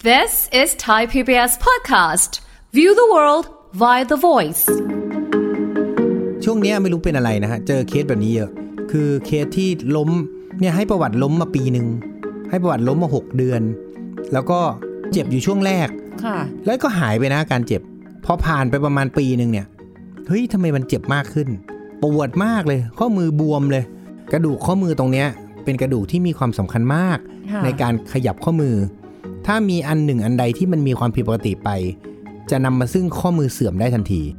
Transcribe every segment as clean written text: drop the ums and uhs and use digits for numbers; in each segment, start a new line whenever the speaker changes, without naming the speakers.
This is Thai PBS podcast. View the world via the voice.
ช่วงนี้ไม่รู้เป็นอะไรนะฮะเจอเคสแบบนี้เยอะคือเคสที่ล้มเนี่ยให้ประวัติล้มมาปีนึงให้ประวัติล้มมา6เดือนแล้วก็เจ็บอยู่ช่วงแรกค่ะแล้วก็หายไปนะการเจ็บพอผ่านไปประมาณปีนึงเนี่ยเฮ้ยทำไมมันเจ็บมากขึ้นปวดมากเลยข้อมือบวมเลยกระดูกข้อมือตรงเนี้ยเป็นกระดูกที่มีความสำคัญมากในการขยับข้อมือถ้ามีอันหนึ่งอันใดที่มันมีความผิดปกติไปจะนำมาซึ่งข้อมือเสื่อมได้ทันที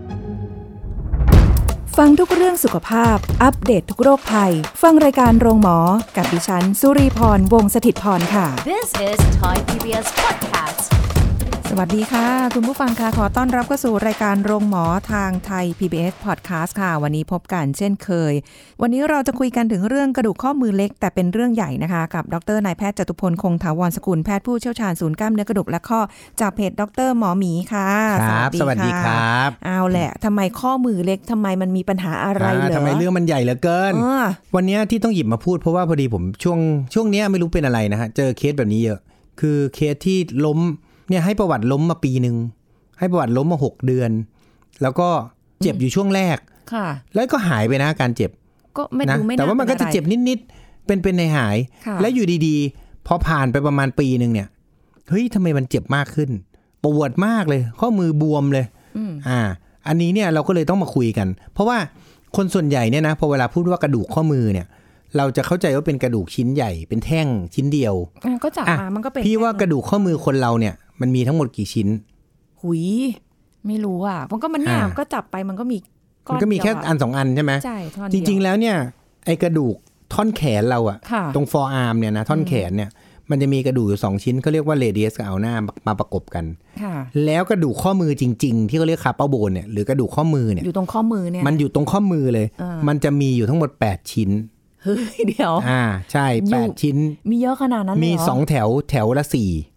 ฟังทุกเรื่องสุขภาพอัปเดต ทุกโรคภัยฟังรายการโรงหมอกับดิฉันสุรีพรวงศ์สถิตย์พรค่ะ
This is Thai PBS podcast
สวัสดีค่ะคุณผู้ฟังค่ะขอต้อนรับเข้าสู่รายการโรงหมอทางไทย PBS Podcast ค่ะวันนี้พบกันเช่นเคยวันนี้เราจะคุยกันถึงเรื่องกระดูกข้อมือเล็กแต่เป็นเรื่องใหญ่นะคะกับดร.นายแพทย์จตุพลคงถาวรสกุลแพทย์ผู้เชี่ยวชาญศูนย์กล้ามเนื้อกระดูกและข้อจากเพจดร.หมอหมีค่ะ
ครับสวัสดีครับ
เอาแหละทำไมข้อมือเล็กทำไมมันมีปัญหาอะไรเหรอ
ทำไมเรื่องมันใหญ่เหลือเกินวันนี้ที่ต้องหยิบมาพูดเพราะว่าพอดีผมช่วงนี้ไม่รู้เป็นอะไรนะฮะเจอเคสแบบนี้เยอะคือเคสที่ล้มเนี่ยให้ประวัติล้มมาปีนึงให้ประวัติล้มมา6เดือนแล้วก็เจ็บอยู่ช่วงแรกค่ะแล้วก็หายไปนะการเจ็บ
ก็ไม่ดูไม่น่าแต่
ว่ามันก็จะเจ็บนิดๆเป็นในหายแล้วอยู่ดีๆพอผ่านไปประมาณปีนึงเนี่ยเฮ้ยทำไมมันเจ็บมากขึ้นปวดมากเลยข้อมือบวมเลยอันนี้เนี่ยเราก็เลยต้องมาคุยกันเพราะว่าคนส่วนใหญ่เนี่ยนะพอเวลาพูดว่ากระดูกข้อมือเนี่ยเราจะเข้าใจว่าเป็นกระดูกชิ้นใหญ่เป็นแท่งชิ้นเดียว
ก็จับมามันก็เป็น
พี่ว่ากระดูกข้อมือคนเราเนี่ยมันมีทั้งหมดกี่ชิ้น
หุยไม่รู้อ่ะมันก็มันเนี่ยก็จับไปมันก็มีก้อน
มันก็มีแค่อัน2อันใช่ไหม
ใช่ท่อน
จริงๆแล้วเนี่ยไอ้กระดูกท่อนแขนเราอะตรง forearm เนี่ยนะท่อนแขนเนี่ยมันจะมีกระดูกอยู่2ชิ้นเขาเรียกว่า radius กับ ulna มาประกบกันแล้วกระดูกข้อมือจริงๆที่เขาเรียก carpal bone เนี่ยหรือกระดูกข้อมือเนี่ย
อยู่ตรงข้อมือเนี่ย
มันอยู่ตรงข้อมือเลยมันจะมีอยู่ทั้งหมด8ชิ้น
เฮ้ยเดี๋ยว
ใช่8ชิ้น
มีเยอะขนาดนั้นเลยเหรอ
มี2แถวละ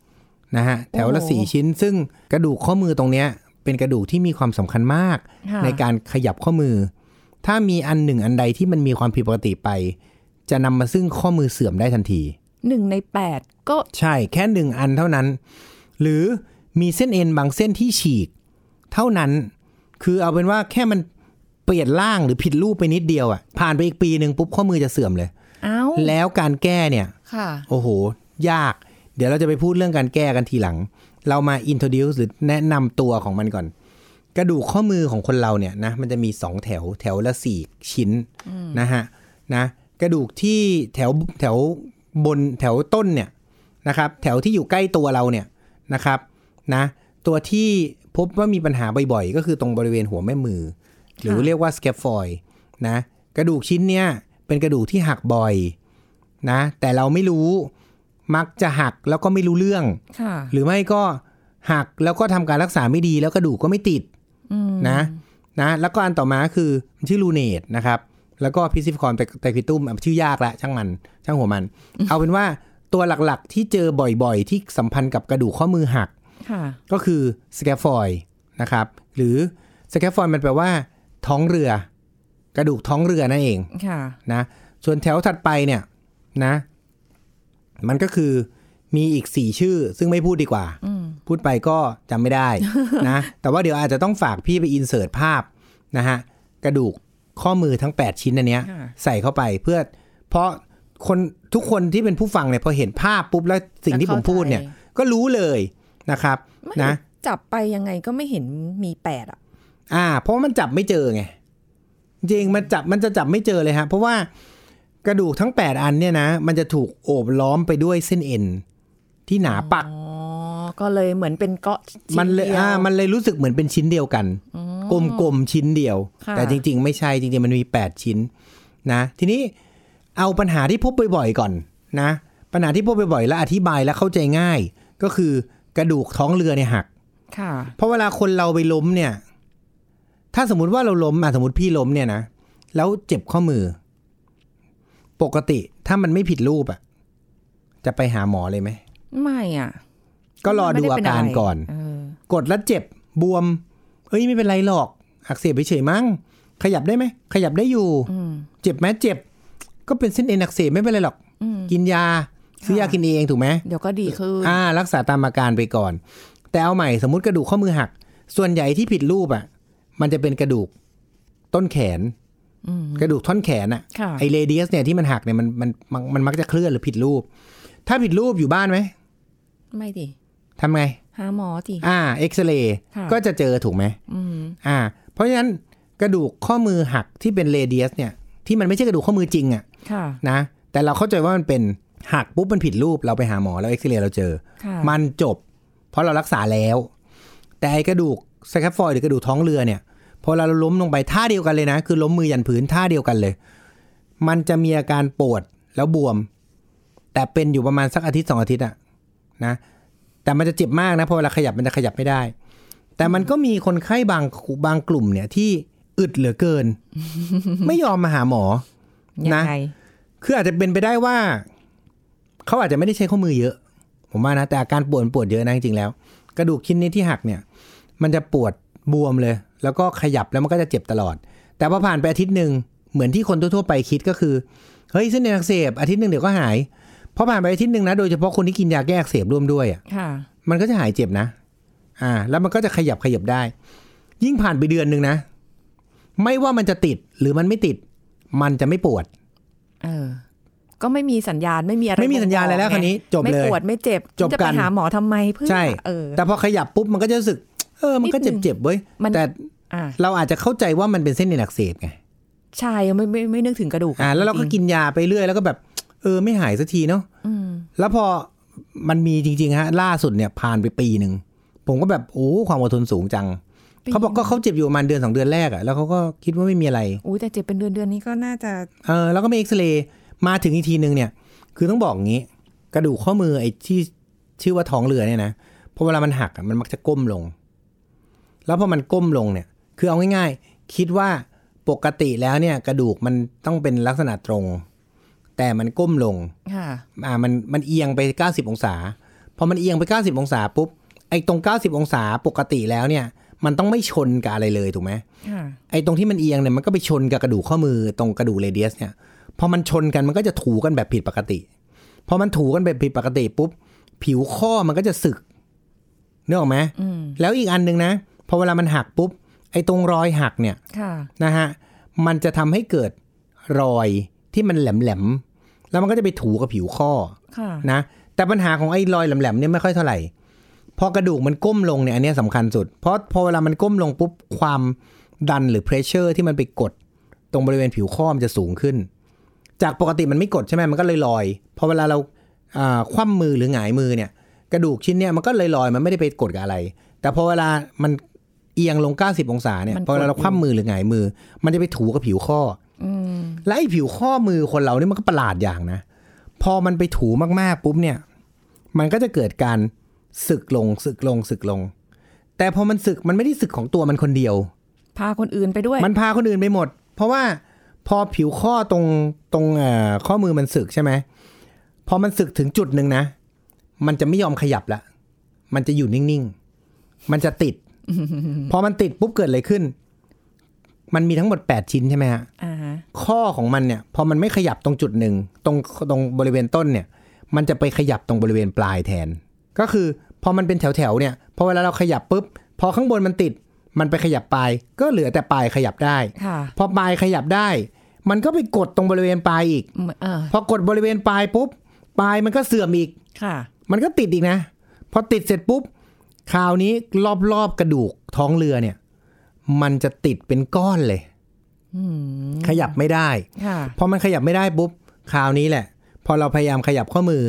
4นะฮะแถวละ4ชิ้นซึ่งกระดูกข้อมือตรงเนี้ยเป็นกระดูกที่มีความสำคัญมากในการขยับข้อมือถ้ามีอันหนึ่งอันใดที่มันมีความผิดปกติไปจะนำมาซึ่งข้อมือเสื่อมได้ทันที
1ใน8ก็
ใช่แค่1อันเท่านั้นหรือมีเส้นเอ็นบางเส้นที่ฉีกเท่านั้นคือเอาเป็นว่าแค่มันเปลี่ยนร่างหรือผิดรูปไปนิดเดียวอ่ะผ่านไปอีกปีนึงปุ๊บข้อมือจะเสื่อมเลยแล้วการแก้เนี่ยโอ้โหยากเดี๋ยวเราจะไปพูดเรื่องการแก้กันทีหลังเรามา introduce หรือแนะนำตัวของมันก่อนกระดูกข้อมือของคนเราเนี่ยนะมันจะมี2แถวละ4ชิ้นนะฮะนะกระดูกที่แถวบนแถวต้นเนี่ยนะครับแถวที่อยู่ใกล้ตัวเราเนี่ยนะครับนะตัวที่พบว่ามีปัญหาบ่อยๆก็คือตรงบริเวณหัวแม่มือหรือเรียกว่า scaphoid นะกระดูกชิ้นเนี้ยเป็นกระดูกที่หักบ่อยนะแต่เราไม่รู้มักจะหักแล้วก็ไม่รู้เรื่องหรือไม่ก็หักแล้วก็ทำการรักษาไม่ดีแล้วกระดูกก็ไม่ติดนะแล้วก็อันต่อมาคือชื่อลูเนตนะครับแล้วก็พิซิฟคอนไตรคิตุมชื่อยากละช่างหัวมัน เอาเป็นว่าตัวหลักๆที่เจอบ่อยๆที่สัมพันธ์กับกระดูกข้อมือหักก็คือสแคฟฟอยด์นะครับหรือสแคฟฟอยด์มันแปลว่าท้องเรือกระดูกท้องเรือนั่นเองนะส่วนแถวถัดไปเนี่ยนะมันก็คือมีอีก4ชื่อซึ่งไม่พูดดีกว่าพูดไปก็จำไม่ได้ นะแต่ว่าเดี๋ยวอาจจะต้องฝากพี่ไปอินเสิร์ตภาพนะฮะกระดูกข้อมือทั้ง8ชิ้นอันเนี้ยใส่เข้าไปเพื่อเพราะคนทุกคนที่เป็นผู้ฟังเนี่ยพอเห็นภาพปุ๊บแล้วสิ่งที่ผมพูดเนี่ยก็รู้เลยนะครับนะ
จับไปยังไงก็ไม่เห็นมี8
เพราะมันจับไม่เจอไงจริงมันจะจับไม่เจอเลยฮะเพราะว่ากระดูกทั้ง8อันเนี่ยนะมันจะถูกโอบล้อมไปด้วยเส้นเอ็นที่หนาปัก
ก็เลยเหมือนเป็นเกาะ
มันเลยรู้สึกเหมือนเป็นชิ้นเดียวกันกลมๆชิ้นเดียวแต่จริงๆไม่ใช่จริงๆมันมี8ชิ้นนะทีนี้เอาปัญหาที่พบบ่อยๆก่อนนะปัญหาที่พบบ่อยๆแล้วอธิบายแล้วเข้าใจง่ายก็คือกระดูกท้องเรือเนี่ยหักเพราะเวลาคนเราไปล้มเนี่ยถ้าสมมุติว่าเราล้มสมมุติพี่ล้มเนี่ยนะแล้วเจ็บข้อมือปกติถ้ามันไม่ผิดรูปจะไปหาหมอเลยไหม
ไม่
ก็รอดูอาการก่อนกดแล้วเจ็บบวมไม่เป็นไรหรอกอักเสบเฉยๆมั้งขยับได้ไหมขยับได้อยู่เจ็บไหมเจ็บก็เป็นเส้นเอ็นอักเสบไม่เป็นไรหรอกกินยาซื้อยากินเองถูกไหม
เดี๋ยวก็ดีขึ้น
รักษาตามอาการไปก่อนแต่เอาใหม่สมมุติกระดูกข้อมือหักส่วนใหญ่ที่ผิดรูปอ่ะมันจะเป็นกระดูกต้นแขนกระดูกท่อนแขนอ่ะไอเรเดียสเนี่ยที่มันหักเนี่ยมันมักจะเคลื่อนหรือผิดรูปถ้าผิดรูปอยู่บ้านไหม
ไม่ดิ
ทำไง
หาหมอดิ
เอ็กซเรย์ก็จะเจอถูกไหมเพราะฉะนั้นกระดูกข้อมือหักที่เป็นเรเดียสเนี่ยที่มันไม่ใช่กระดูกข้อมือจริงอ่ะนะแต่เราเข้าใจว่ามันเป็นหักปุ๊บมันผิดรูปเราไปหาหมอแล้วเอ็กซเรย์เราเจอมันจบเพราะเรารักษาแล้วแต่ไอ้กระดูกสแคฟฟอยด์หรือกระดูกท้องเรือเนี่ยพอเราล้มลงไปท่าเดียวกันเลยนะคือล้มมือยันพื้นท่าเดียวกันเลยมันจะมีอาการปวดแล้วบวมแต่เป็นอยู่ประมาณสักอาทิตย์2อาทิตย์อะนะแต่มันจะเจ็บมากนะพอเวลาขยับมันจะขยับไม่ได้แต่มันก็มีคนไข้บางกลุ่มเนี่ยที่อึดเหลือเกิน ไม่ยอมมาหาหมอนะคืออาจจะเป็นไปได้ว่าเขาอาจจะไม่ได้ใช้ข้อมือเยอะผมว่านะแต่อาการปวดเยอะนะจริงๆแล้วกระดูกชิ้นนี้ที่หักเนี่ยมันจะปวดบวมเลยแล้วก็ขยับแล้วมันก็จะเจ็บตลอดแต่พอผ่านไปอาทิตย์นึงเหมือนที่คนทั่วๆไปคิดก็คือเฮ้ยเส้นเอ็นอักเสบอาทิตย์นึงเดี๋ยวก็หายพอผ่านไปอาทิตย์นึงนะโดยเฉพาะคนที่กินยาแก้อักเสบร่วมด้วยอ่ะมันก็จะหายเจ็บนะแล้วมันก็จะขยับได้ยิ่งผ่านไปเดือนนึงนะไม่ว่ามันจะติดหรือมันไม่ติดมันจะไม่ปวด
ก็ไม่มีสัญญาณไม่มีอะไร
ไม่มีสัญญาณอะไรแล้วคราวนี้จบเลย
ไม่ปวดไม่เจ็บจะไปหาหมอทำไมเพื่อ
ใช่แต่พอขยับปุ๊บมันก็จะรู้สึกมันก็เจ็บเว้ยแต่เราอาจจะเข้าใจว่ามันเป็นเส้นเอ็นอักเสบไง
ใช่ไม่นึกถึงกระดูก
แล้วเราก็กินยาไปเรื่อยแล้วก็แบบไม่หายสักทีเนาะแล้วพอมันมีจริงๆฮะล่าสุดเนี่ยผ่านไปปีนึงผมก็แบบโอ้ความอดทนสูงจังเขาบอกก็เขาเจ็บอยู่ประมาณเดือน2เดือนแรกอ่ะแล้วเขาก็คิดว่าไม่มีอะไร
แต่เจ็บเป็นเดือนนี้ก็น่าจะ
แล้วก็ไม่เอ็กซเรย์มาถึงอีกทีนึงเนี่ยคือต้องบอกงี้กระดูกข้อมือไอ้ที่ชื่อว่าท้องเรือเนี่ยนะพอเวลามันหักมันมักจะก้มลงแล้วพอมันก้มลงเนี่ยคือเอาง่ายๆคิดว่าปกติแล้วเนี่ยกระดูกมันต้องเป็นลักษณะตรงแต่มันก้มลงมันเอียงไป90องศาพอมันเอียงไป90องศาปุ๊บไอ้ตรง90องศาปกติแล้วเนี่ยมันต้องไม่ชนกับอะไรเลยถูกไหมไอ้ตรงที่มันเอียงเนี่ยมันก็ไปชนกับกระดูกข้อมือตรงกระดูกเรเดียสเนี่ยพอมันชนกันมันก็จะถูกันแบบผิดปกติพอมันถูกันแบบผิดปกติปุ๊บผิวข้อมันก็จะสึกนึกออกไหมแล้วอีกอันนึงนะพอเวลามันหักปุ๊บไอ้ตรงรอยหักเนี่ยนะฮะมันจะทำให้เกิดรอยที่มันแหลมๆแล้วมันก็จะไปถูกับผิวข้อนะแต่ปัญหาของไอ้รอยแหลมๆเนี่ยไม่ค่อยเท่าไหร่พอกระดูกมันก้มลงเนี่ยอันนี้สำคัญสุดเพราะพอเวลามันก้มลงปุ๊บความดันหรือ pressure ที่มันไปกดตรงบริเวณผิวข้อมันจะสูงขึ้นจากปกติมันไม่กดใช่ไหมมันก็ลอยพอเวลาเราคว่ำมือหรือหงายมือเนี่ยกระดูกชิ้นเนี่ยมันก็ลอยมันไม่ได้ไปกดกับอะไรแต่พอเวลามันเอียงลง90องศาเนี่ยพอเวลาเราคว่ำมือหรือหงายมือมันจะไปถูกับผิวข้อและไอ้ผิวข้อมือคนเราเนี่ยมันก็ประหลาดอย่างนะพอมันไปถูมากๆปุ๊บเนี่ยมันก็จะเกิดการสึกลงแต่พอมันสึกมันไม่ได้สึกของตัวมันคนเดียว
พาคนอื่นไปด้วย
มันพาคนอื่นไปหมดเพราะว่าพอผิวข้อตรงข้อมือมันสึกใช่ไหมพอมันสึกถึงจุดนึงนะมันจะไม่ยอมขยับละมันจะอยู่นิ่งๆมันจะติด พอมันติดปุ๊บเกิดอะไรขึ้นมันมีทั้งหมด8ชิ้นใช่ไหมฮะข้อของมันเนี่ยพอมันไม่ขยับตรงจุดหนึ่งตรงบริเวณต้นเนี่ยมันจะไปขยับตรงบริเวณปลายแทนก็คือพอมันเป็นแถวๆเนี่ยพอเวลาเราขยับปุ๊บพอข้างบนมันติดมันไปขยับปลายก็เหลือแต่ปลายขยับได้พอปลายขยับได้มันก็ไปกดตรงบริเวณปลายอีกพอกดบริเวณปลายปุ๊บปลายมันก็เสื่อมอีกมันก็ติดอีกนะพอติดเสร็จปุ๊บคราวนี้รอบๆกระดูกท้องเรือเนี่ยมันจะติดเป็นก้อนเลยขยับไม่ได้พอมันขยับไม่ได้ปุ๊บคราวนี้แหละพอเราพยายามขยับข้อมือ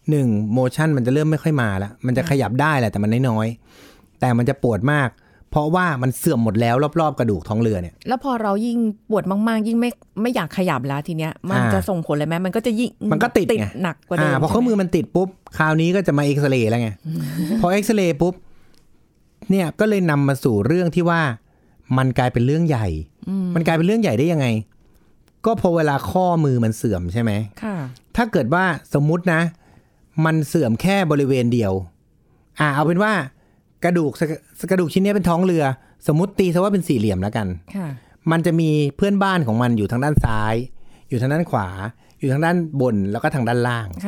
1โมชั่นมันจะเริ่มไม่ค่อยมาแล้วมันจะขยับได้แหละแต่มันน้อยๆแต่มันจะปวดมากเพราะว่ามันเสื่อมหมดแล้วรอบๆกระดูกท้องเรือเนี่ย
แล้วพอเรายิ่งปวดมากๆยิ่งไม่อยากขยับแล้วทีเนี้ยมันจะส่งผลอะไรไหมมันก็จะยิ่ง
มันก็ติด
หนักกว่าเดิม
พอข้อมือมันติดปุ๊บคราวนี้ก็จะมาเอ็กซเรย์แล้วไง พอเอ็กซเรย์ปุ๊บเนี่ยก็เลยนำมาสู่เรื่องที่ว่ามันกลายเป็นเรื่องใหญ่มันกลายเป็นเรื่องใหญ่ได้ยังไงก็พอเวลาข้อมือมันเสื่อมใช่ไหมถ้าเกิดว่าสมมุตินะมันเสื่อมแค่บริเวณเดียวเอาเป็นว่ากระดูกชิ้นนี้เป็นท้องเรือสมมุติตีซะว่าเป็นสี่เหลี่ยมแล้วกันมันจะมีเพื่อนบ้านของมันอยู่ทางด้านซ้ายอยู่ทางด้านขวาอยู่ทางด้านบนแล้วก็ทางด้านล่าง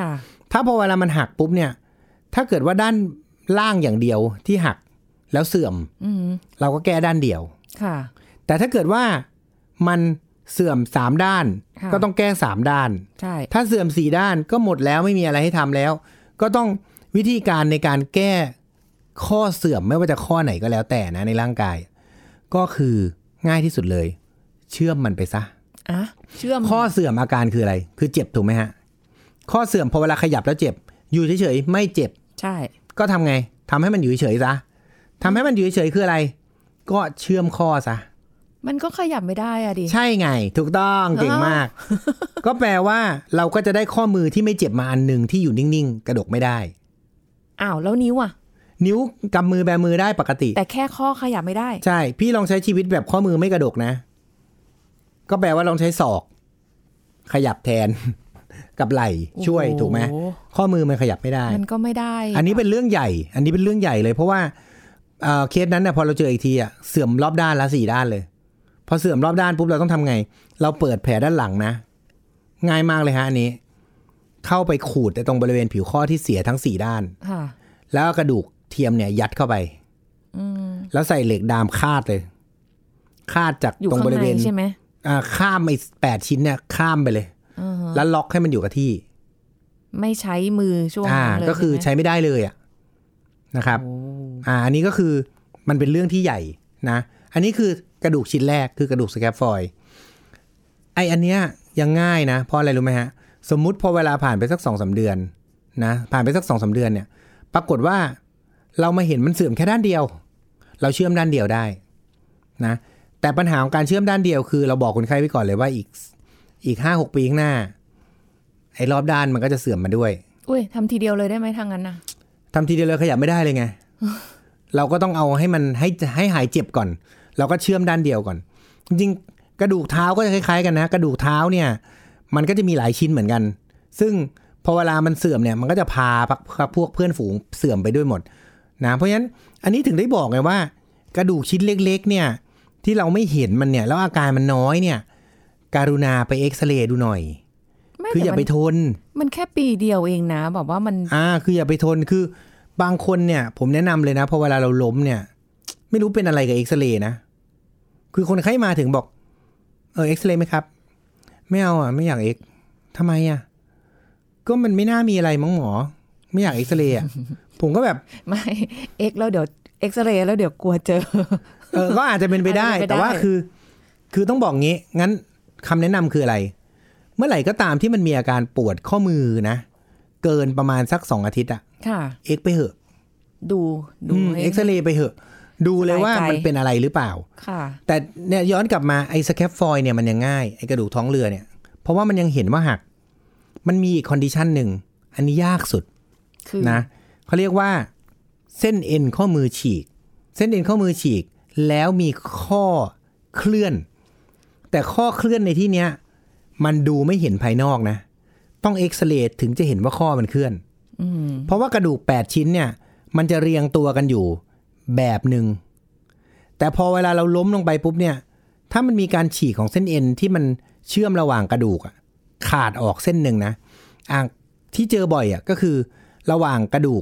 ถ้าพอเวลามันหักปุ๊บเนี่ยถ้าเกิดว่าด้านล่างอย่างเดียวที่หักแล้วเสื่อมเราก็แก้ด้านเดียว
ค่ะ
แต่ถ้าเกิดว่ามันเสื่อม3ด้านก็ต้องแก้3ด้าน
ใช่
ถ้าเสื่อม4ด้านก็หมดแล้วไม่มีอะไรให้ทำแล้วก็ต้องวิธีการในการแก้ข้อเสื่อมไม่ว่าจะข้อไหนก็แล้วแต่นะในร่างกายก็คือง่ายที่สุดเลยเชื่อมมันไปซะ
เชื่อม
ข้อเสื่อมอาการคืออะไรคือเจ็บถูกไหมฮะข้อเสื่อมพอเวลาขยับแล้วเจ็บอยู่เฉยๆไม่เจ็บ
ใช่
ก็ทำไงทำให้มันอยู่เฉยๆซะทำให้มันอยู่เฉยๆคืออะไรก็เชื่อมข้อซะ
มันก็ขยับไม่ได้อะดิ
ใช่ไงถูกต้องเก่งมาก ก็แปลว่าเราก็จะได้ข้อมือที่ไม่เจ็บมาอันนึงที่อยู่นิ่งๆกระดกไม่ได้
อ้าวแล้วนิ้วอ่ะ
นิ้วกำมือแบมือได้ปกติ
แต่แค่ข้อขยับไม่ได้
ใช่พี่ลองใช้ชีวิตแบบข้อมือไม่กระดกนะก็แปลว่าลองใช้ศอกขยับแทน กับไหล่ช่วยถูกไหมข้อมือมันขยับไม่ได้
มันก็ไม่ได้
อันนี้เป็นเรื่องใหญ่อันนี้เป็นเรื่องใหญ่เลยเพราะว่าเคสนั้นเนี่ยพอเราเจออีกทีอ่ะเสื่อมรอบด้านละ4ด้านเลยพอเสื่อมรอบด้านปุ๊บเราต้องทำไงเราเปิดแผลด้านหลังนะง่ายมากเลยฮะอันนี้เข้าไปขูดตรงบริเวณผิวข้อที่เสียทั้ง4ด้านแล้วกระดูกเทียมเนี่ยยัดเข้าไปแล้วใส่เหล็กดามคาดเลยคาดจากตรงบริเวณ
ใช่ไหม
ข้ามไอ้8ชิ้นเนี่ยข้ามไปเลยแล้วล็อกให้มันอยู่กับที่
ไม่ใช้มือช่วงนั้นเลย
ก็คือใช้ไม่ได้เลยอ่ะนะครับอันนี้ก็คือมันเป็นเรื่องที่ใหญ่นะอันนี้คือกระดูกชิ้นแรกคือกระดูกสแคปฟอยด์อันเนี้ยยังง่ายนะเพราะอะไรรู้ไหมฮะสมมุติพอเวลาผ่านไปสัก 2-3 เดือนนะผ่านไปสัก 2-3 เดือนเนี่ยปรากฏว่าเรามาเห็นมันเสื่อมแค่ด้านเดียวเราเชื่อมด้านเดียวได้นะแต่ปัญหาของการเชื่อมด้านเดียวคือเราบอกคนไข้ไว้ก่อนเลยว่าอีก 5-6 ปีข้างหน้าไอ้รอบด้านมันก็จะเสื่อมมาด้วย
อุ้ยทำทีเดียวเลยได้ไหมทางนั้นนะ
ทำทีเดียวเลยขยับไม่ได้เลยไง เราก็ต้องเอาให้มันให้หายเจ็บก่อนเราก็เชื่อมด้านเดียวก่อนจริงๆกระดูกเท้าก็จะคล้ายๆกันนะกระดูกเท้าเนี่ยมันก็จะมีหลายชิ้นเหมือนกันซึ่งพอเวลามันเสื่อมเนี่ยมันก็จะพาพวกเพื่อนฝูงเสื่อมไปด้วยหมดนะเพราะฉะนั้นอันนี้ถึงได้บอกไงว่ากระดูกชิ้นเล็กๆเนี่ยที่เราไม่เห็นมันเนี่ยแล้วอาการมันน้อยเนี่ยการุณาไปเอ็กซเรย์ดูหน่อยคืออย่าไปทน
มันแค่ปีเดียวเองนะบอกว่ามัน
คืออย่าไปทนคือบางคนเนี่ยผมแนะนำเลยนะพอเวลาเราล้มเนี่ยไม่รู้เป็นอะไรกับเอ็กซเรย์นะคือคนไข้มาถึงบอกเอ็กซเรย์ไหมครับไม่เอาไม่อยากเอ็กทำไมก็มันไม่น่ามีอะไรมั้งหมอไม่อยากเอ็กซเรย์ผมก็แบบ
ไม่เอ็กแล้วเดี๋ยวเอ็กซเรย์แล้วเดี๋ยวกลัวเจอ
ก็อาจจะเป็นไปได้แต่ว่าคือต้องบอกงี้งั้นคำแนะนำคืออะไรเมื่อไหร่ก็ตามที่มันมีอาการปวดข้อมือนะเกินประมาณสัก2 อาทิตย์เอ็กไปเหอะ
ดู
เอ็กซเรย์ไปเหอะดูเลยว่ามันเป็นอะไรหรือเปล่าแต่เนี่ยย้อนกลับมาไอ้สแคปฟอยด์เนี่ยมันยังง่ายไอ้กระดูกท้องเรือเนี่ยเพราะว่ามันยังเห็นว่าหักมันมีอีกคอนดิชันหนึ่งอันนี้ยากสุดนะเขาเรียกว่าเส้นเอ็นข้อมือฉีกเส้นเอ็นข้อมือฉีกแล้วมีข้อเคลื่อนแต่ข้อเคลื่อนในที่เนี้ยมันดูไม่เห็นภายนอกนะต้องเอ็กซเรย์ถึงจะเห็นว่าข้อมันเคลื่อนเพราะว่ากระดูก8ชิ้นเนี่ยมันจะเรียงตัวกันอยู่แบบหนึ่งแต่พอเวลาเราล้มลงไปปุ๊บเนี่ยถ้ามันมีการฉีกของเส้นเอ็นที่มันเชื่อมระหว่างกระดูกขาดออกเส้นหนึ่งนะที่เจอบ่อยก็คือระหว่างกระดูก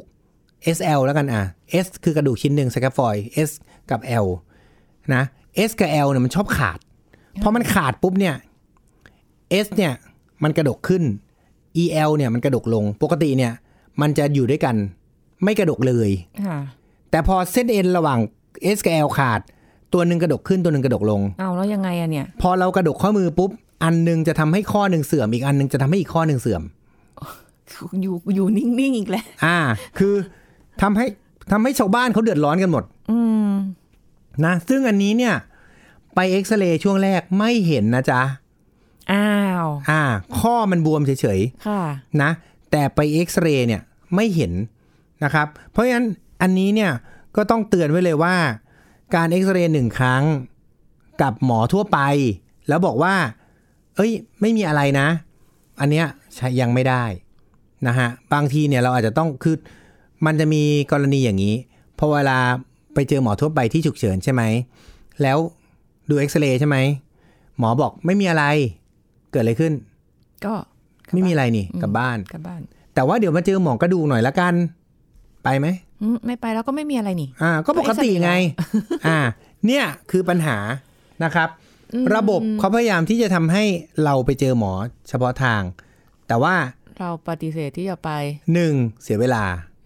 SL แล้วกัน S คือกระดูกชิ้นหนึ่งสแคปฟอยด์ S กับ L นะ S กับ L เนี่ยมันชอบขาดพอมันขาดปุ๊บเนี่ย S เนี่ยมันกระดกขึ้น EL เนี่ยมันกระดกลงปกติเนี่ยมันจะอยู่ด้วยกันไม่กระดกเลยแต่พอเส้นเอ็นระหว่าง S กับ L ขาดตัวนึงกระดกขึ้นตัวนึงกระดกลง
แล้วยังไงเนี่ย
พอเรากระดกข้อมือปุ๊บอันนึงจะทำให้ข้อนึงเสื่อมอีกอันนึงจะทำให้อีกข้อนึงเสื่อม
อยู่นิ่งๆอีกแล้ว
คือทำให้ชาวบ้านเขาเดือดร้อนกันหมดนะซึ่งอันนี้เนี่ยไปเอ็กซเรย์ช่วงแรกไม่เห็นนะจ๊ะข้อมันบวมเฉยๆนะแต่ไปเอ็กซเรย์เนี่ยไม่เห็นนะครับเพราะฉะนั้นอันนี้เนี่ยก็ต้องเตือนไว้เลยว่าการเอ็กซเรย์1 ครั้งกับหมอทั่วไปแล้วบอกว่าไม่มีอะไรนะอันเนี้ยยังไม่ได้นะฮะบางทีเนี่ยเราอาจจะต้องคือมันจะมีกรณีอย่างนี้พอเวลาไปเจอหมอทั่วไปที่ฉุกเฉินใช่ไหมแล้วดูเอ็กซเรย์ใช่ไหมหมอบอกไม่มีอะไรเกิดอะไรขึ้น
ก็
ไม่มีอะไรนี่กลับบ้านแต่ว่าเดี๋ยวมาเจอหมอกระดูกหน่อยละกันไปไหม
ไม่ไปแล้วก็ไม่มีอะไรนี่
ก็ปกติไงเนี่ยคือปัญหานะครับระบบเขาพยายามที่จะทำให้เราไปเจอหมอเฉพาะทางแต่ว่า
เราปฏิเสธที่จะไป
1เสียเวลา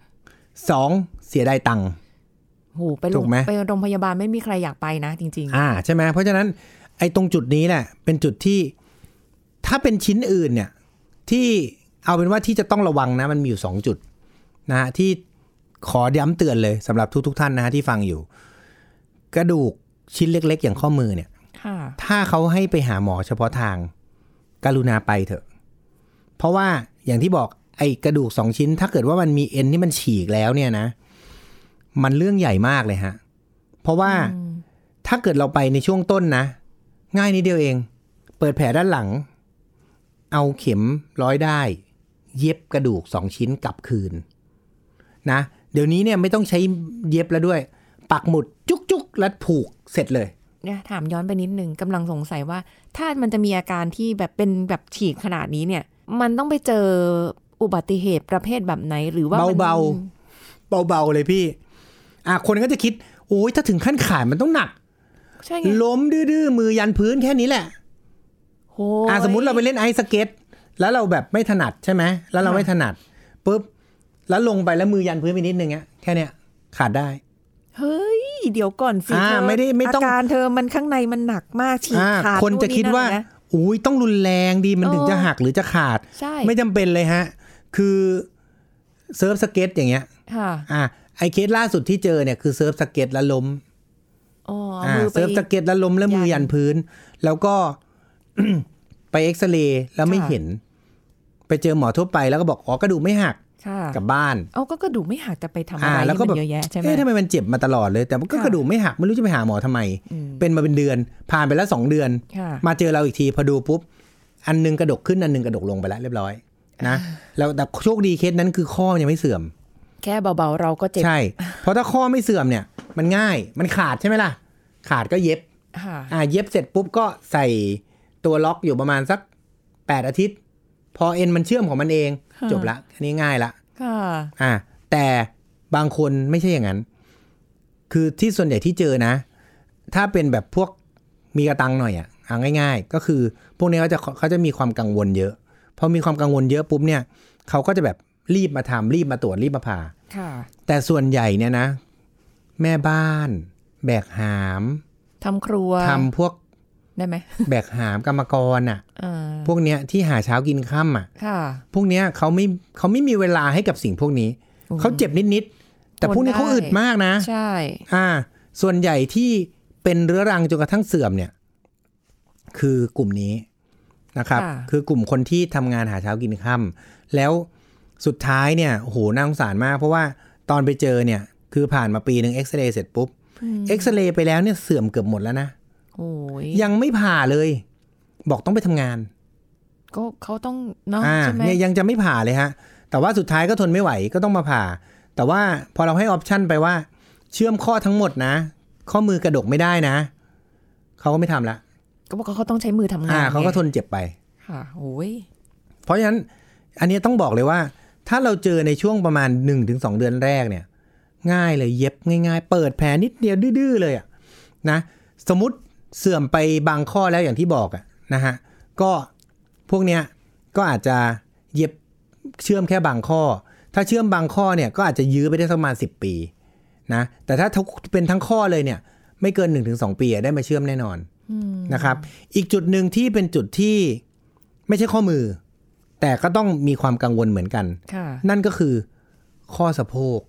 2เสียดายตังค์
ไปโรงพยาบาลไม่มีใครอยากไปนะจริง
ๆใช่ไหมเพราะฉะนั้นไอ้ตรงจุดนี้แหละเป็นจุดที่ถ้าเป็นชิ้นอื่นเนี่ยที่เอาเป็นว่าที่จะต้องระวังนะมันมีอยู่2จุดนะฮะที่ขอย้ำเตือนเลยสำหรับทุกท่านนะฮะที่ฟังอยู่กระดูกชิ้นเล็กๆอย่างข้อมือเนี่ยถ้าเขาให้ไปหาหมอเฉพาะทางกรุณาไปเถอะเพราะว่าอย่างที่บอกไอ้กระดูก2ชิ้นถ้าเกิดว่ามันมีเอ็นที่มันฉีกแล้วเนี่ยนะมันเรื่องใหญ่มากเลยฮะเพราะว่าถ้าเกิดเราไปในช่วงต้นนะง่ายนิดเดียวเองเปิดแผลด้านหลังเอาเข็มร้อยได้เย็บกระดูก2ชิ้นกลับคืนนะเดี๋ยวนี้เนี่ยไม่ต้องใช้เย็บแล้วด้วยปักหมุดจุกๆแล้วผูกเสร็จเลย
เนี่ยถามย้อนไปนิดนึงกำลังสงสัยว่าถ้ามันจะมีอาการที่แบบเป็นแบบฉีกขนาดนี้เนี่ยมันต้องไปเจออุบัติเหตุประเภทแบบไหนหรือว่า
เบาเลยพี่คนก็จะคิดโอ้ยถ้าถึงขั้นขาดมันต้องหนัก
ใช่ไง
ล้มดื้อมือยันพื้นแค่นี้แหละสมมุติเราไปเล่นไอซ์สเก็ตแล้วเราแบบไม่ถนัดใช่ไหมแล้วเราไม่ถนัดปุ๊บแล้วลงไปแล้วมือยันพื้นไปนิดนึงแค่เนี้ยขาดได้
เฮ้ยเดี๋ยวก่อนสิเธอ
ไม่ต้อง
อาการเธอมันข้างในมันหนักมากฉีกขาด
คนจะคิดว่าอุ้ยต้องรุนแรงดีมันถึงจะหักหรือจะขาดไม่จำเป็นเลยฮะคือเซิร์ฟสเก็ตอย่างเงี้ยไอเคสล่าสุดที่เจอเนี่ยคือเซิร์ฟสเก็ตแล้วล้มเซิร์ฟสเก็ตแล้วล้มแล้วมือยันพื้นแล้วก็ ไปเอ็กซเรย์แล้วไม่เห็นไปเจอหมอทั่วไปแล้วก็บอกกระดูกไม่หักกลับบ้าน
ก็กระดูกไม่หักจะไปทำอะไรแล้วก็เยอะแยะใช่ไหม
ทำไมมันเจ็บมาตลอดเลยแต่ก็กระดูกไม่หักไม่รู้จะไปหาหมอทำไมเป็นมาเป็นเดือนผ่านไปแล้ว2 เดือนมาเจอเราอีกทีพอดูปุ๊บอันนึงกระดกขึ้นอันนึงกระดกลงไปแล้วเรียบร้อยนะแล้วแต่โชคดีเคสนั้นคือข้อยังไม่เสื่อม
แค่เบาๆเราก็เจ็บ
ใช่เพราะถ้าข้อไม่เสื่อมเนี่ยมันง่ายมันขาดใช่ไหมล่ะขาดก็เย็บเย็บเสร็จปุ๊บก็ใส่ตัวล็อกอยู่ประมาณสัก8 อาทิตย์พอเอ็นมันเชื่อมของมันเองจบละอันนี้ง่ายละแต่บางคนไม่ใช่อย่างนั้นคือที่ส่วนใหญ่ที่เจอนะถ้าเป็นแบบพวกมีกระตังหน่อยง่ายๆก็คือพวกนี้เขาจะมีความกังวลเยอะพอมีความกังวลเยอะปุ๊บเนี่ยเขาก็จะแบบรีบมาทำรีบมาตรวจรีบมาผ่าแต่ส่วนใหญ่เนี่ยนะแม่บ้านแบกหาม
ทำครัว
ทำพวก
ได้ไหม
แบกหามกรรมกรพวกเนี้ยที่หาเช้ากินค่ำพวกเนี้ยเขาไม่มีเวลาให้กับสิ่งพวกนี้เขาเจ็บนิดๆแต่พวกนี้เขาอึดมากนะ
ใช่
ส่วนใหญ่ที่เป็นเรื้อรังจนกระทั่งเสื่อมเนี่ยคือกลุ่มนี้นะครับคือกลุ่มคนที่ทำงานหาเช้ากินค่ำแล้วสุดท้ายเนี่ยโอ้โหน่าสงสารมากเพราะว่าตอนไปเจอเนี่ยคือผ่านมาปีนึงเอ็กซเรย์เสร็จปุ๊บเอ็กซเรย์ไปแล้วเนี่ยเสื่อมเกือบหมดแล้วนะยังไม่ผ่าเลยบอกต้องไปทำงาน
ก็เขาต้องเนาะใช่ไหม
ยังจะไม่ผ่าเลยฮะแต่ว่าสุดท้ายก็ทนไม่ไหวก็ต้องมาผ่าแต่ว่าพอเราให้ออปชั่นไปว่าเชื่อมข้อทั้งหมดนะข้อมือกระดกไม่ได้นะเขาก็ไม่ทำละ
ก็บอกเขาต้องใช้มือทำงาน
เขาก็ทนเจ็บไป
ค่ะโอ้ย
เพราะฉะนั้นอันนี้ต้องบอกเลยว่าถ้าเราเจอในช่วงประมาณ 1-2 เดือนแรกเนี่ยง่ายเลยเย็บง่ายๆเปิดแผลนิดเดียวดื้อๆเลยนะสมมุติเสื่อมไปบางข้อแล้วอย่างที่บอกนะฮะก็พวกเนี้ยก็อาจจะเย็บเชื่อมแค่บางข้อถ้าเชื่อมบางข้อเนี่ยก็อาจจะยื้อไปได้ประมาณ10 ปีนะแต่ถ้าเป็นทั้งข้อเลยเนี่ยไม่เกิน 1-2 ปีได้มาเชื่อมแน่นอนนะครับอีกจุดหนึ่งที่เป็นจุดที่ไม่ใช่ข้อมือแต่ก็ต้องมีความกังวลเหมือนกันนั่นก็คือข้อสะโพก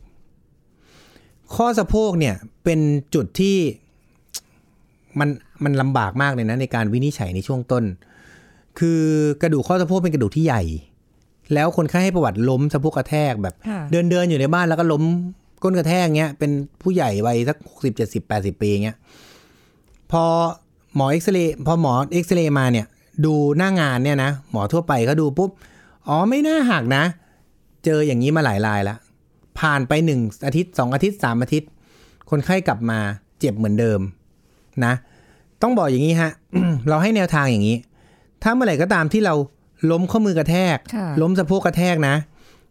เนี่ยเป็นจุดที่มันลำบากมากเลยนะในการวินิจฉัยในช่วงต้นคือกระดูกข้อสะโพกเป็นกระดูกที่ใหญ่แล้วคนไข้ให้ประวัติล้มสะโพกกระแทกแบบเดินอยู่ในบ้านแล้วก็ล้มก้นกระแทกเงี้ยเป็นผู้ใหญ่วัยสัก60 70 80 ปีเงี้ยพอหมอเอ็กซเรย์มาเนี่ยดูหน้างานเนี่ยนะหมอทั่วไปเขาดูปุ๊บไม่น่าหักนะเจออย่างนี้มาหลายรายแล้วผ่านไป1 อาทิตย์2 อาทิตย์3 อาทิตย์คนไข้กลับมาเจ็บเหมือนเดิมนะต้องบอกอย่างนี้ฮะ เราให้แนวทางอย่างนี้ถ้าเมื่อไหร่ก็ตามที่เราล้มข้อมือกระแทกล้มสะโพกกระแทกนะ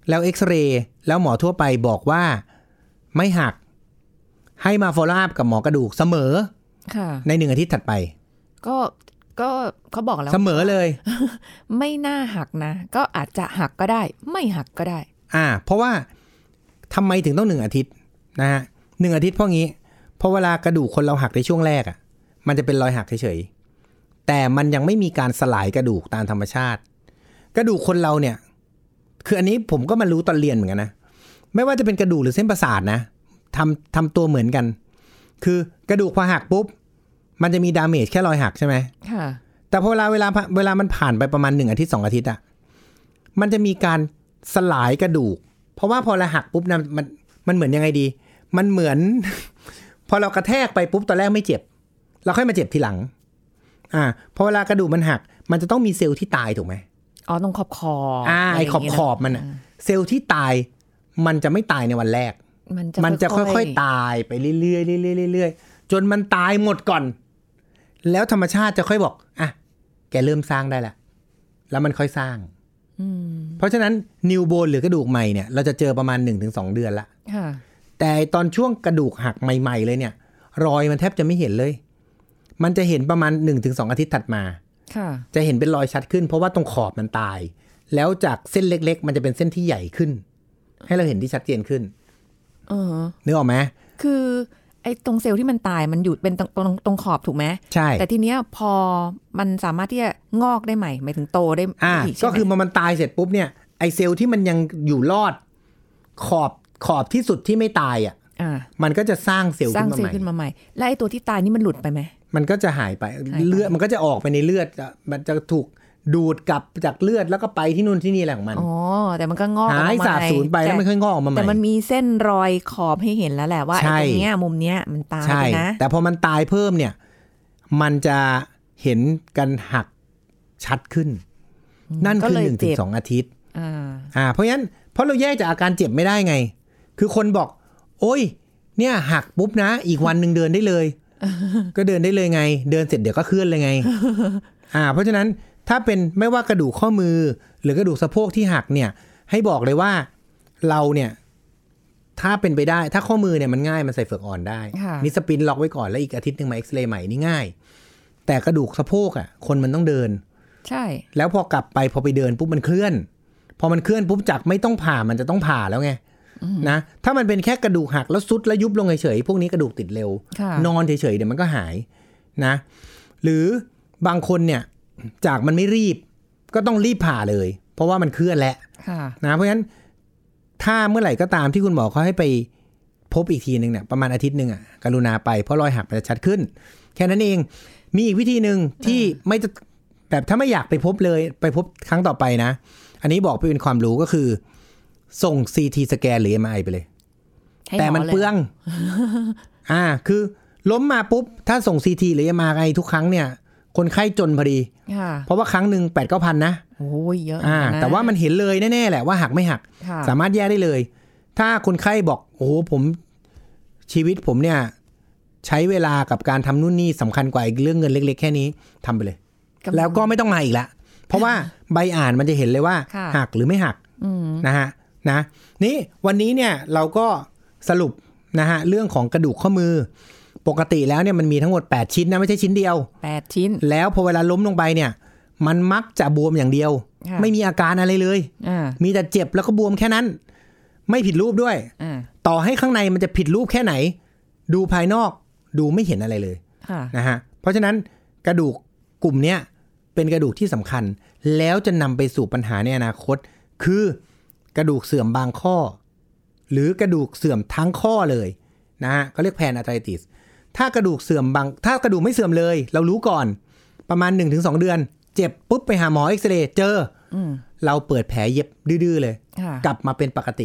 แล้วเอ็กซเรย์แล้วหมอทั่วไปบอกว่าไม่หักให้มา follow up กับหมอกระดูกเสมอใน1 อาทิตย์ถัดไป
ก็เขาบอกแล้ว
เสมอเลย
ไม่น่าหักนะก็อาจจะหักก็ได้ไม่หักก็ได้
เพราะว่าทำไมถึงต้อง1 อาทิตย์นะฮะ1 อาทิตย์เพราะงี้เพราะเวลากระดูกคนเราหักในช่วงแรกอ่ะมันจะเป็นรอยหักเฉยๆแต่มันยังไม่มีการสลายกระดูกตามธรรมชาติกระดูกคนเราเนี่ยคืออันนี้ผมก็มารู้ตอนเรียนเหมือนกันนะไม่ว่าจะเป็นกระดูกหรือเส้นประสาทนะทำตัวเหมือนกันคือกระดูกพอหักปุ๊บมันจะมีดาเมจแค่รอยหักใช่ไหมค่ะแต่พอเวลามันผ่านไปประมาณ1 อาทิตย์2 อาทิตย์อ่ะมันจะมีการสลายกระดูกเพราะว่าพอเราหักปุ๊บนะมันเหมือนยังไงดีมันเหมือน พอเรากระแทกไปปุ๊บตอนแรกไม่เจ็บเราค่อยมาเจ็บทีหลังพอเวลากระดูกมันหักมันจะต้องมีเซลล์ที่ตายถูกไหม
ตรงขอบ
ไอ้ขอบมันอ่ะเซลล์ที่ตายมันจะไม่ตายในวันแรกมันจะค่อยๆตายไปเรื่อยๆเรื่อยๆจนมันตายหมดก่อนแล้วธรรมชาติจะค่อยบอกแกเริ่มสร้างได้แล้วแล้วมันค่อยสร้างเพราะฉะนั้นนิวโบนหรือกระดูกใหม่เนี่ยเราจะเจอประมาณ 1-2 เดือนละแต่ตอนช่วงกระดูกหักใหม่ๆเลยเนี่ยรอยมันแทบจะไม่เห็นเลยมันจะเห็นประมาณ 1-2 อาทิตย์ถัดมาจะเห็นเป็นรอยชัดขึ้นเพราะว่าตรงขอบมันตายแล้วจากเส้นเล็กๆมันจะเป็นเส้นที่ใหญ่ขึ้นให้เราเห็นที่ชัดเจนขึ้นนึกออกไหม
คือไอ้ตรงเซลล์ที่มันตายมันอยู่เป็นตรงขอบถูกไหม
ใช่
แต่ทีเนี้ยพอมันสามารถที่จะงอกได้ใหม่หมายถึงโตได้
อีกก็คือมันตายเสร็จปุ๊บเนี่ยไอ้เซลล์ที่มันยังอยู่รอดขอบที่สุดที่ไม่ตายมันก็จะสร้างเซลล์
ขึ้นมาใหม่แล้วไอ้ตัวที่ตายนี่มันหลุดไปไหม
มันก็จะหายไปเลือดมันก็จะออกไปในเลือดมันจะถูกดูดกลับจากเลือดแล้วก็ไปที่นู่นที่นี่อะไรของมัน
แต่มันก็งอกออกมา
หายสาบสูญไปแล้วมันค่อยงอกออกมาใหม่
แต่มันมีเส้นรอยขอบให้เห็นแล้วแหละว่าไอ้ตรงเนี้ยมุมเนี้ยมันตายนะ
แต่พอมันตายเพิ่มเนี่ยมันจะเห็นกันหักชัดขึ้นนั่นคือ 1-2 อาทิตย์เพราะฉะนั้นเพราะเราแยกจากอาการเจ็บไม่ได้ไงคือคนบอกโอ้ยเนี่ยหักปุ๊บนะอีกวันนึงเดินได้เลยก็เดินได้เลยไงเดินเสร็จเดี๋ยวก็เคลื่อนเลยไงเพราะฉะนั้นถ้าเป็นไม่ว่ากระดูกข้อมือหรือกระดูกสะโพกที่หักเนี่ยให้บอกเลยว่าเราเนี่ยถ้าเป็นไปได้ถ้าข้อมือเนี่ยมันง่ายมันใส่เฟือกอ่อนได้มีสปินล็อกไว้ก่อนแล้วอีกอาทิตย์นึงมาเอ็กซเรย์ใหม่นี่ง่ายแต่กระดูกสะโพกคนมันต้องเดิน
ใช่
แล้วพอกลับไปพอไปเดินปุ๊บมันเคลื่อนพอมันเคลื่อนปุ๊บจากไม่ต้องผ่ามันจะต้องผ่าแล้วไงนะถ้ามันเป็นแค่กระดูกหักแล้วซุดแล้วยุบลงเฉยๆพวกนี้กระดูกติดเร็วนอนเฉยๆเดี๋ยวมันก็หายนะหรือบางคนเนี่ยจากมันไม่รีบก็ต้องรีบผ่าเลยเพราะว่ามันเคลื่อนแล้วนะเพราะฉะนั้นถ้าเมื่อไหร่ก็ตามที่คุณหมอเขาให้ไปพบอีกทีนึงเนี่ยประมาณอาทิตย์นึงกรุณาไปเพราะรอยหักมันจะชัดขึ้นแค่นั้นเองมีอีกวิธีนึงที่ไม่แบบถ้าไม่อยากไปพบเลยไปพบครั้งต่อไปนะอันนี้บอกไปเป็นความรู้ก็คือส่ง CT สแกนหรือ MRI ไปเลยแต่มันเปลืองคือล้มมาปุ๊บถ้าส่ง CT หรือ MRI ทุกครั้งเนี่ยคนไข้จนพอดีเพราะว่าครั้งหนึ่ง 8-9,000 นะ
โอ้ยเยอะ
แต่ว่ามันเห็นเลยแน่ๆแหละว่าหักไม่หักสามารถแยกได้เลยถ้าคนไข้บอกโอ้โหผมชีวิตผมเนี่ยใช้เวลากับการทำนู่นนี่สำคัญกว่าอีกเรื่องเงินเล็กๆแค่นี้ทำไปเลยแล้วก็ไม่ต้องมาอีกละเพราะว่าใบอ่านมันจะเห็นเลยว่าหักหรือไม่หักนะฮะนี่วันนี้เนี่ยเราก็สรุปนะฮะเรื่องของกระดูกข้อมือปกติแล้วเนี่ยมันมีทั้งหมด8ชิ้นนะไม่ใช่ชิ้นเดียว
8ชิ้น
แล้วพอเวลาล้มลงไปเนี่ยมันมักจะบวมอย่างเดียวไม่มีอาการอะไรเลยมีแต่เจ็บแล้วก็บวมแค่นั้นไม่ผิดรูปด้วยต่อให้ข้างในมันจะผิดรูปแค่ไหนดูภายนอกดูไม่เห็นอะไรเลยนะฮะเพราะฉะนั้นกระดูกกลุ่มเนี้ยเป็นกระดูกที่สำคัญแล้วจะนำไปสู่ปัญหาในอนาคตคือกระดูกเสื่อมบางข้อหรือกระดูกเสื่อมทั้งข้อเลยนะฮะก็เรียกแพนอาร์ไทติสถ้ากระดูกเสื่อมถ้ากระดูกไม่เสื่อมเลยเรารู้ก่อนประมาณ 1-2 เดือนเจ็บปุ๊บไปหาหมอเอ็กซเรย์เจอเราเปิดแผลเย็บดื้อๆเลยกลับมาเป็นปกติ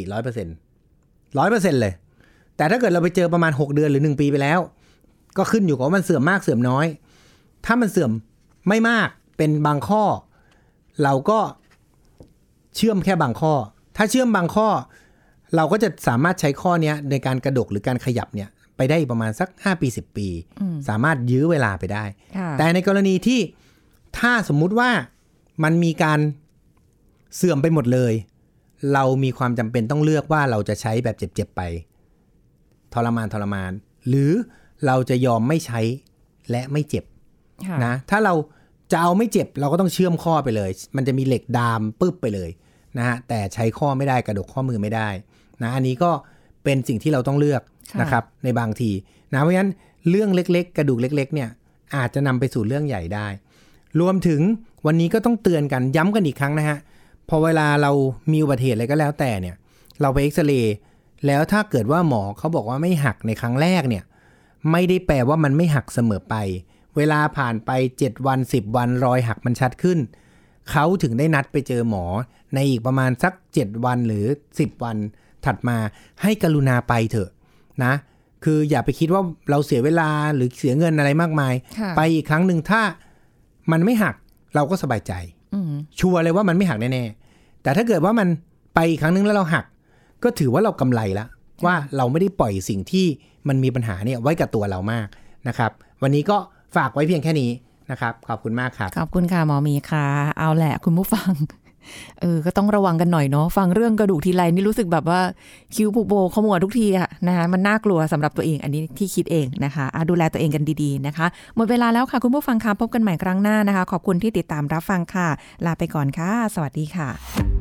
100% เลยแต่ถ้าเกิดเราไปเจอประมาณ6 เดือนหรือ1 ปีไปแล้วก็ขึ้นอยู่กับว่ามันเสื่อมมากเสื่อมน้อยถ้ามันเสื่อมไม่มากเป็นบางข้อเราก็เชื่อมแค่บางข้อถ้าเชื่อมบางข้อเราก็จะสามารถใช้ข้อนี้ในการกระดกหรือการขยับเนี่ยไปได้ประมาณสัก5 ปี 10 ปีสามารถยื้อเวลาไปได้แต่ในกรณีที่ถ้าสมมุติว่ามันมีการเสื่อมไปหมดเลยเรามีความจำเป็นต้องเลือกว่าเราจะใช้แบบเจ็บๆไปทรมานหรือเราจะยอมไม่ใช้และไม่เจ็บนะถ้าเราจะเอาไม่เจ็บเราก็ต้องเชื่อมข้อไปเลยมันจะมีเหล็กดามปึ๊บไปเลยนะฮะแต่ใช้ข้อไม่ได้กระดกข้อมือไม่ได้นะอันนี้ก็เป็นสิ่งที่เราต้องเลือกนะครับในบางทีนะเพราะฉะนั้นเรื่องเล็กๆกระดูกเล็กๆเนี่ยอาจจะนำไปสู่เรื่องใหญ่ได้รวมถึงวันนี้ก็ต้องเตือนกันย้ำกันอีกครั้งนะฮะพอเวลาเรามีอุบัติเหตุอะไรก็แล้วแต่เนี่ยเราไปเอ็กซเรย์แล้วถ้าเกิดว่าหมอเขาบอกว่าไม่หักในครั้งแรกเนี่ยไม่ได้แปลว่ามันไม่หักเสมอไปเวลาผ่านไป7วัน10วันรอยหักมันชัดขึ้นเขาถึงได้นัดไปเจอหมอในอีกประมาณสัก7วันหรือ10วันถัดมาให้กรุณาไปเถอะนะคืออย่าไปคิดว่าเราเสียเวลาหรือเสียเงินอะไรมากมายไปอีกครั้งหนึ่งถ้ามันไม่หักเราก็สบายใจชัวร์เลยว่ามันไม่หักแน่ๆแต่ถ้าเกิดว่ามันไปอีกครั้งนึงแล้วเราหักก็ถือว่าเรากำไรละว่าเราไม่ได้ปล่อยสิ่งที่มันมีปัญหาเนี่ยไว้กับตัวเรามากนะครับวันนี้ก็ฝากไว้เพียงแค่นี้นะครับขอบคุณมากครับ
ขอบคุณค่ะหมอมีค่ะเอาแหละคุณผู้ฟังก็ต้องระวังกันหน่อยเนาะฟังเรื่องกระดูกทีไรนี่รู้สึกแบบว่าคิ้วผูกโบขมวดทุกทีอะนะคะมันน่ากลัวสำหรับตัวเองอันนี้ที่คิดเองนะคะดูแลตัวเองกันดีๆนะคะหมดเวลาแล้วค่ะคุณผู้ฟังค่ะพบกันใหม่ครั้งหน้านะคะขอบคุณที่ติดตามรับฟังค่ะลาไปก่อนค่ะสวัสดีค่ะ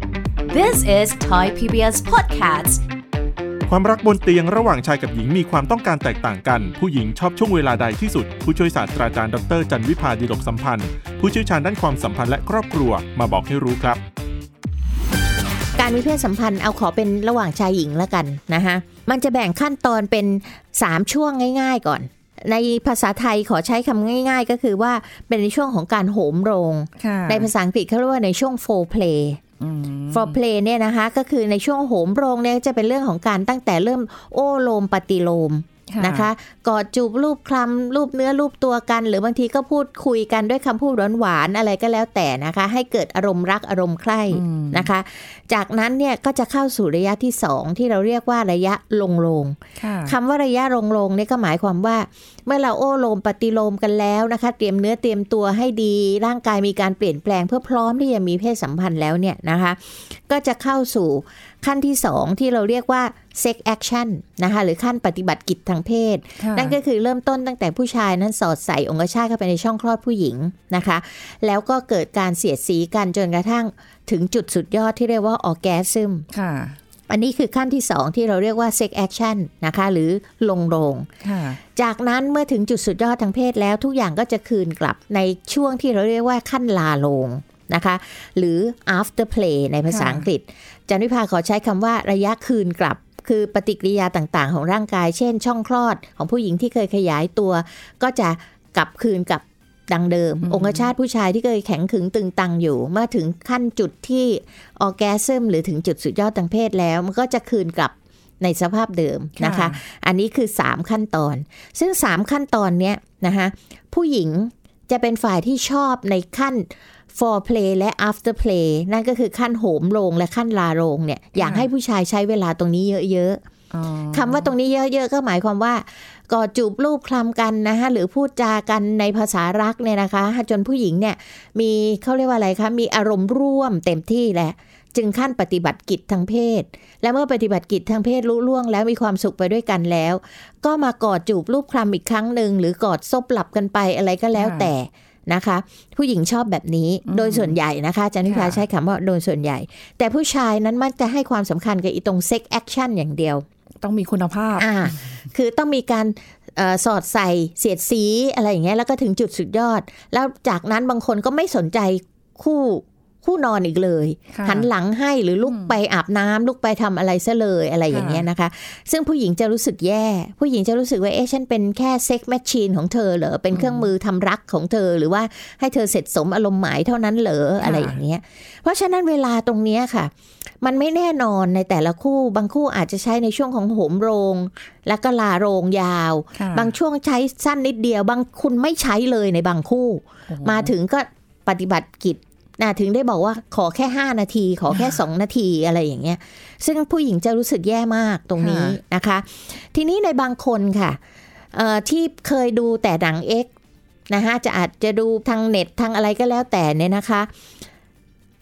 This is Thai PBS Podcast
ความรักบนเตียงระหว่างชายกับหญิงมีความต้องการแตกต่างกันผู้หญิงชอบช่วงเวลาใดที่สุดผู้ช่วยศาสตราจารย์ดร.จันวิภาดิลกสัมพันธ์ผู้เชี่ยวชาญด้านความสัมพันธ์และครอบครัวมาบอกให้รู้ครับ
การมีเพศสัมพันธ์เอาขอเป็นระหว่างชายหญิงแล้วกันนะคะมันจะแบ่งขั้นตอนเป็น3ช่วงง่ายๆก่อนในภาษาไทยขอใช้คำง่ายๆก็คือว่าเป็นในช่วงของการโหมโรงในภาษาอังกฤษเขาเรียกว่าในช่วง foreplay foreplay เนี่ยนะคะก็คือในช่วงโหมโรงเนี่ยจะเป็นเรื่องของการตั้งแต่เริ่มโอ้โลมปฏิโลมนะคะกอดจูบรูปคลำรูปเนื้อรูปตัวกันหรือบางทีก็พูดคุยกันด้วยคำพูดหวานๆอะไรก็แล้วแต่นะคะให้เกิดอารมณ์รักอารมณ์ใคร่นะคะจากนั้นเนี่ยก็จะเข้าสู่ระยะที่2ที่เราเรียกว่าระยะลงโลงคำว่าระยะลงโลงเนี่ยก็หมายความว่าเมื่อเราโอ้โลมปฏิโลมกันแล้วนะคะเตรียมเนื้อเตรียมตัวให้ดีร่างกายมีการเปลี่ยนแปลงเพื่อพร้อมที่จะมีเพศสัมพันธ์แล้วเนี่ยนะคะก็จะเข้าสู่ขั้นที่2ที่เราเรียกว่า sex action นะคะหรือขั้นปฏิบัติกิจทางเพศนั่นก็คือเริ่มต้นตั้งแต่ผู้ชายนั้นสอดใส่องคชาตเข้าไปในช่องคลอดผู้หญิงนะคะแล้วก็เกิดการเสียดสีกันจนกระทั่งถึงจุดสุดยอดที่เรียกว่า orgasm อันนี้คือขั้นที่2ที่เราเรียกว่า sex action นะคะหรือลงโรงจากนั้นเมื่อถึงจุดสุดยอดทางเพศแล้วทุกอย่างก็จะคืนกลับในช่วงที่เราเรียกว่าขั้นลาโลงนะคะหรือ after play ในภาษาอังกฤษจันวิภาขอใช้คำว่าระยะคืนกลับคือปฏิกิริยาต่างๆของร่างกายเช่นช่องคลอดของผู้หญิงที่เคยขยายตัวก็จะกลับคืนกับดังเดิมองคชาตผู้ชายที่เคยแข็งขึงตึงตังอยู่เมื่อถึงขั้นจุดที่ออร์แกซึมหรือถึงจุดสุดยอดทางเพศแล้วมันก็จะคืนกลับในสภาพเดิมนะคะอันนี้คือ3ขั้นตอนซึ่ง3ขั้นตอนเนี้ยนะคะผู้หญิงจะเป็นฝ่ายที่ชอบในขั้นforeplay และ after play นั่นก็คือขั้นโหมโรงและขั้นลาโรงเนี่ยอยากให้ผู้ชายใช้เวลาตรงนี้เยอะๆคำว่าตรงนี้เยอะๆก็หมายความว่ากอดจูบรูปคลำกันนะคะหรือพูดจากันในภาษารักเนี่ยนะคะจนผู้หญิงเนี่ยมีเขาเรียกว่าอะไรคะมีอารมณ์ร่วมเต็มที่แหละจึงขั้นปฏิบัติกิจทางเพศและเมื่อปฏิบัติกิจทางเพศลุล่วงแล้วมีความสุขไปด้วยกันแล้วก็มากอดจูบรูปคลำอีกครั้งนึงหรือกอดซบหลับกันไปอะไรก็แล้วแต่นะคะผู้หญิงชอบแบบนี้โดยส่วนใหญ่นะคะจันทิพาใช้คำว่าโดยส่วนใหญ่แต่ผู้ชายนั้นมักจะให้ความสำคัญกับอีตรงเซ็กแอคชั่นอย่างเดียว
ต้องมีคุณภาพ
คือต้องมีการสอดใส่เสียดสีอะไรอย่างเงี้ยแล้วก็ถึงจุดสุดยอดแล้วจากนั้นบางคนก็ไม่สนใจคู่นอนอีกเลยหันหลังให้หรือลุกไปอาบน้ำลุกไปทำอะไรซะเลยอะไรอย่างเงี้ยนะคะซึ่งผู้หญิงจะรู้สึกแย่ผู้หญิงจะรู้สึกว่าฉันเป็นแค่เซ็กแมชชีนของเธอเหรอเป็นเครื่องมือทำรักของเธอหรือว่าให้เธอเสร็จสมอารมณ์หมายเท่านั้นเหรออะไรอย่างเงี้ยเพราะฉะนั้นเวลาตรงเนี้ยค่ะมันไม่แน่นอนในแต่ละคู่บางคู่อาจจะใช้ในช่วงของโหมโรงแล้วก็ลาโรงยาวบางช่วงใช้สั้นนิดเดียวบางคุณไม่ใช้เลยในบางคู่มาถึงก็ปฏิบัติกิจถึงได้บอกว่าขอแค่5นาทีขอแค่2นาทีอะไรอย่างเงี้ยซึ่งผู้หญิงจะรู้สึกแย่มากตรงนี้นะคะทีนี้ในบางคนค่ะที่เคยดูแต่หนัง X นะคะอาจจะดูทางเน็ตทางอะไรก็แล้วแต่เนี่ยนะคะ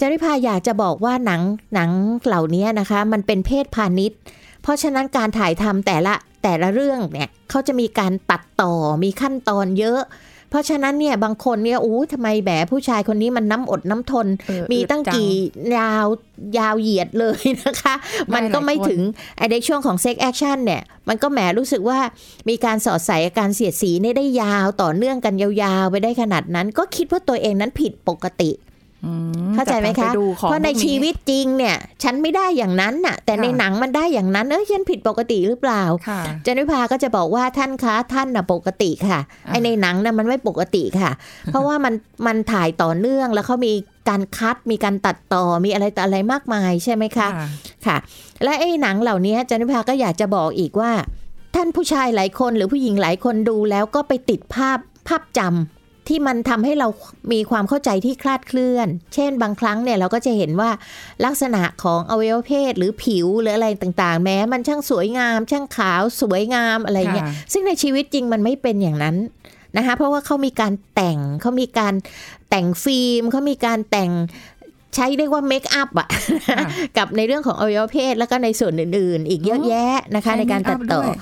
จริพาอยากจะบอกว่าหนังเหล่านี้นะคะมันเป็นเพศพาณิชย์เพราะฉะนั้นการถ่ายทำแต่ละเรื่องเนี่ยเขาจะมีการตัดต่อมีขั้นตอนเยอะเพราะฉะนั้นเนี่ยบางคนเนี่ยทำไมแบบผู้ชายคนนี้มันน้ำอดน้ำทนมีตั้งกี่ยาวเหยียดเลยนะคะมันก็ไม่ถึงในช่วงของเซ็กแอคชั่นเนี่ยมันก็แหมรู้สึกว่ามีการสอดใส่การเสียดสีได้ยาวต่อเนื่องกันยาวๆไปได้ขนาดนั้นก็คิดว่าตัวเองนั้นผิดปกติเข้าใจไหมคะเพราะในชีวิตจริงเนี่ยฉันไม่ได้อย่างนั้นน่ะแต่ในหนังมันได้อย่างนั้นฉันผิดปกติหรือเปล่าเจนวิภาก็จะบอกว่าท่านคะท่านน่ะปกติค่ะไอในหนังน่ะมันไม่ปกติค่ะเพราะว่ามันถ่ายต่อเนื่องแล้วเขามีการคัดมีการตัดต่อมีอะไรต่ออะไรมากมายใช่ไหมคะค่ะและไอ้หนังเหล่านี้เจนวิภาก็อยากจะบอกอีกว่าท่านผู้ชายหลายคนหรือผู้หญิงหลายคนดูแล้วก็ไปติดภาพจำที่มันทำให้เรามีความเข้าใจที่คลาดเคลื่อนเช่นบางครั้งเนี่ยเราก็จะเห็นว่าลักษณะของอวัยวะเพศหรือผิวหรืออะไรต่างๆแม้มันช่างสวยงามช่างขาวสวยงามอะไรเงี้ยซึ่งในชีวิตจริงมันไม่เป็นอย่างนั้นนะคะเพราะว่าเขามีการแต่งเขามีการแต่งฟิล์มเขามีการแต่งใช้เรียกว่าเมคอัพอะกับในเรื่องของอวัยวะเพศแล้วก็ในส่วนอื่นๆอีกเยอะแยะนะคะในการตัดต่อ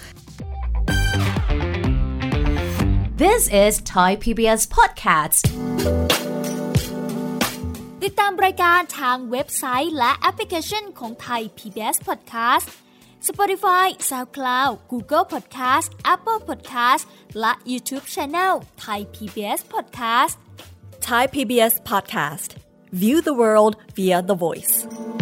This is Thai PBS Podcast
ติดตามรายการทางเว็บไซต์และแอปพลิเคชันของ Thai PBS Podcast Spotify, SoundCloud, Google Podcast, Apple Podcast และ YouTube Channel Thai PBS Podcast
Thai PBS Podcast View the world via the voice